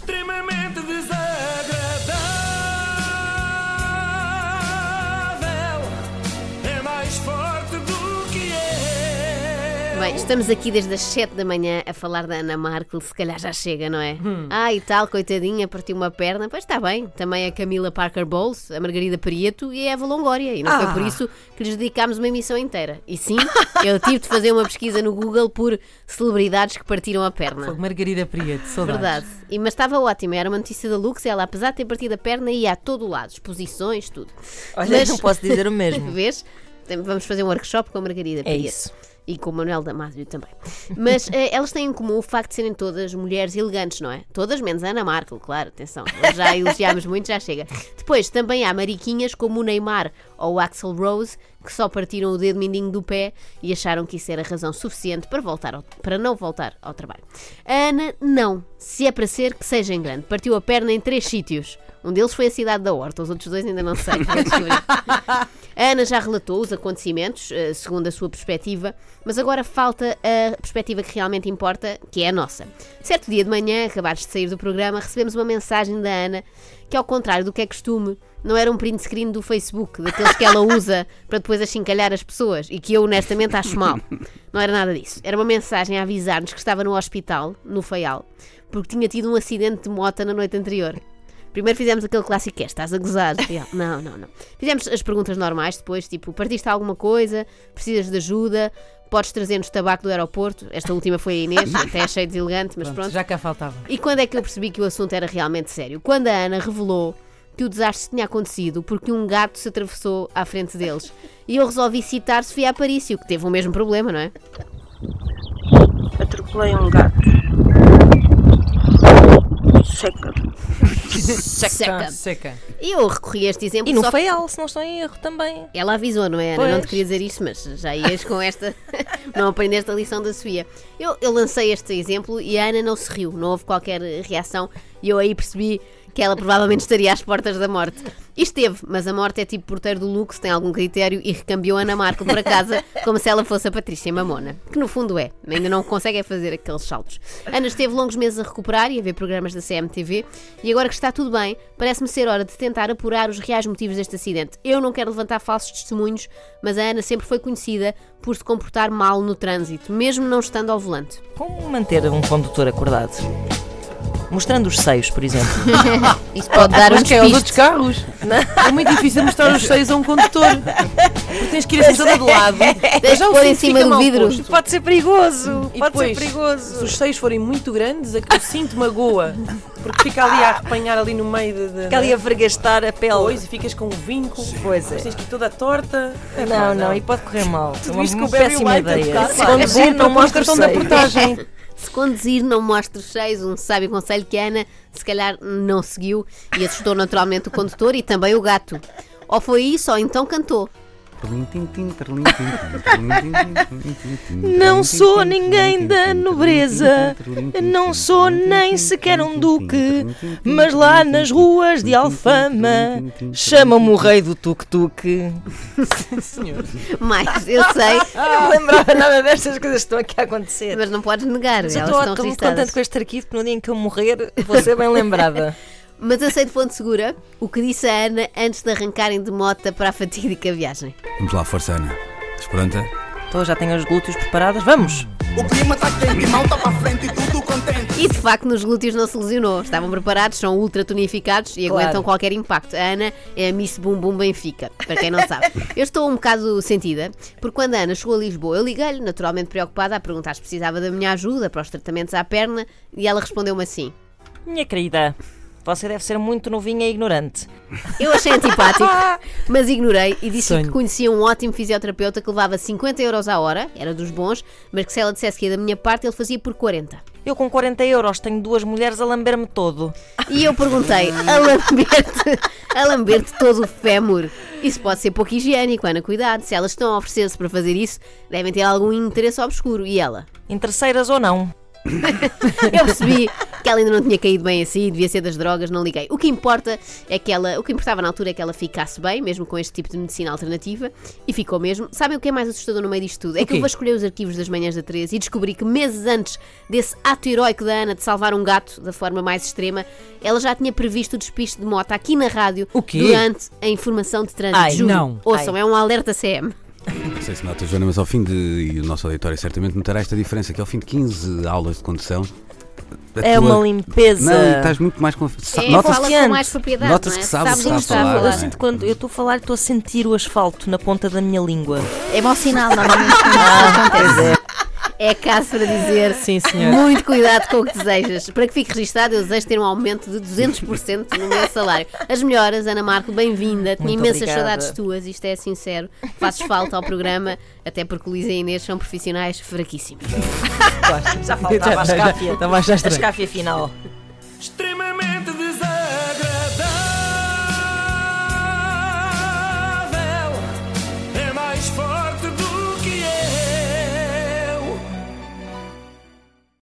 extremamente desagradável. É mais forte do que é. Bem, estamos aqui desde as 7 da manhã a falar da Ana Markle, se calhar já chega, não é? E tal, coitadinha, partiu uma perna, pois está bem. Também a Camila Parker Bowles, a Margarida Prieto e a Eva Longoria. E não foi por isso que lhes dedicámos uma emissão inteira. E sim, eu tive de fazer uma pesquisa no Google por celebridades que partiram a perna. Foi Margarida Prieto, saudades. Verdade. Mas estava ótima, era uma notícia da Lux e ela, apesar de ter partido a perna, ia a todo o lado, exposições, tudo. Olha, não posso dizer o mesmo. Vês? Vamos fazer um workshop com a Margarida Prieto. isso. E com o Manuel Damasio também. Mas elas têm em comum o facto de serem todas mulheres elegantes, não é? Todas menos a Ana Markle, claro, atenção. Nós já elogiámos muito, já chega. Depois também há mariquinhas como o Neymar ou o Axl Rose, que só partiram o dedo mindinho do pé e acharam que isso era razão suficiente para não voltar ao trabalho. A Ana, não. Se é para ser, que seja em grande. Partiu a perna em 3 sítios. Um deles foi a cidade da Horta, os outros 2 ainda não sei. A Ana já relatou os acontecimentos, segundo a sua perspectiva, mas agora falta a perspectiva que realmente importa, que é a nossa. Certo dia de manhã, acabaste de sair do programa, recebemos uma mensagem da Ana, que ao contrário do que é costume, não era um print screen do Facebook, daqueles que ela usa para depois achincalhar as pessoas, e que eu honestamente acho mal. Não era nada disso. Era uma mensagem a avisar-nos que estava no hospital, no Faial, porque tinha tido um acidente de moto na noite anterior. Primeiro fizemos aquele clássico que é, estás a gozar? Não. Fizemos as perguntas normais depois, tipo, partiste alguma coisa? Precisas de ajuda? Podes trazer-nos tabaco do aeroporto? Esta última foi a Inês, até achei deselegante, mas pronto. Já cá faltava. E quando é que eu percebi que o assunto era realmente sério? Quando a Ana revelou que o desastre tinha acontecido porque um gato se atravessou à frente deles. E eu resolvi citar Sofia Aparício, que teve o mesmo problema, não é? Atropelei um gato. Seca. E eu recorri a este exemplo. E no só Faial, se não estou em erro também. Ela avisou, não é, Ana? Pois. Não te queria dizer isto, mas já ias com esta. Não aprendeste a lição da Sofia. Eu lancei este exemplo e a Ana não se riu, não houve qualquer reação. E eu aí percebi que ela provavelmente estaria às portas da morte. E esteve, mas a morte é tipo porteiro do Lux, tem algum critério e recambiou a Ana Markle para casa como se ela fosse a Patrícia Mamona. Que no fundo é, ainda não consegue fazer aqueles saltos. Ana esteve longos meses a recuperar e a ver programas da CMTV e agora que está tudo bem, parece-me ser hora de tentar apurar os reais motivos deste acidente. Eu não quero levantar falsos testemunhos, mas a Ana sempre foi conhecida por se comportar mal no trânsito, mesmo não estando ao volante. Como manter um condutor acordado? Mostrando os seios, por exemplo. Isso pode dar Mas um que é os outros despiste. carros? É muito difícil mostrar os seios a um condutor. Porque tens que ir assim toda de lado. Tens Já de o pôr em cinto cima fica do mal vidro. posto. Pode ser perigoso. E Pode ser depois, perigoso. se os seios forem muito grandes, o cinto magoa. Porque fica ali a arrepanhar ali no meio de Fica ali a vergastar a pele. Pois, e ficas com um vinco. Pois é. Depois tens que ir toda torta. Não, e pode correr mal. Tudo isto com uma o Barry péssima White a ideia. tocar. Se conduzir, É bom não para mostra o os cartão da seios. portagem. Se conduzir, não mostre os seios, um sábio conselho que a Ana se calhar não seguiu e assustou naturalmente o condutor e também o gato. Ou foi isso, ou então cantou. Não sou ninguém da nobreza, não sou nem sequer um duque, mas lá nas ruas de Alfama chamam-me o rei do tuk-tuk. Mas eu sei, Não me lembrava nada destas coisas que estão aqui a acontecer. mas não podes negar, Mas elas eu estão estou muito registadas. contente com este arquivo, no dia em que eu morrer vou ser bem lembrada. Mas eu sei de fonte segura o que disse a Ana antes de arrancarem de mota para a fatídica viagem. Vamos lá, força, Ana. Estás pronta? Então já tenho os glúteos preparados, vamos! O clima tá quente, mal tá pra frente e tudo contente. E de facto nos glúteos não se lesionou, estavam preparados, são ultra tonificados e Claro. aguentam qualquer impacto. A Ana é a Miss Bumbum Benfica, para quem não sabe. Eu estou um bocado sentida, porque quando a Ana chegou a Lisboa, eu liguei-lhe, naturalmente preocupada, a perguntar se precisava da minha ajuda para os tratamentos à perna e ela respondeu-me assim. Minha querida, você deve ser muito novinha e ignorante. Eu achei antipático, mas ignorei e disse Sonho. que conhecia um ótimo fisioterapeuta que levava 50 euros à hora, era dos bons, mas que se ela dissesse que ia da minha parte, ele fazia por 40. Eu com 40 euros tenho 2 mulheres a lamber-me todo. E eu perguntei, a lamber-te todo o fémur? Isso pode ser pouco higiênico, Ana, cuidado. Se elas estão a oferecer-se para fazer isso, devem ter algum interesse obscuro. E ela? Interesseiras ou não. Eu percebi que ela ainda não tinha caído bem assim, devia ser das drogas, não liguei. O que importava na altura é que ela ficasse bem, mesmo com este tipo de medicina alternativa, e ficou mesmo. Sabem o que é mais assustador no meio disto tudo? É que eu vasculhei os arquivos das manhãs da 13 e descobri que meses antes desse ato heroico da Ana de salvar um gato da forma mais extrema, ela já tinha previsto o despiste de moto aqui na rádio durante a informação de trânsito. Juro. Não. Ouçam, é um alerta CM. Não sei se nota, Joana, mas ao fim e o nosso auditório certamente notará esta diferença, que ao fim de 15 aulas de condução É uma limpeza. Não, estás muito mais Fala com mais propriedade, Notas não é? que sabes o que onde está a falar. Eu sinto quando eu estou a falar, estou a sentir o asfalto na ponta da minha língua. É mau sinal, normalmente quando isso acontece. É caso para dizer, Sim, senhor. muito cuidado com o que desejas. Para que fique registado, eu desejo ter um aumento de 200% no meu salário. As melhoras, Ana Marco, bem-vinda. Tinha Muito imensas obrigada. saudades tuas, isto é sincero. Fazes falta ao programa, até porque o Luís e a Inês são profissionais fraquíssimos. Já faltava a escáfia. Estava a achar A estranho. escáfia final.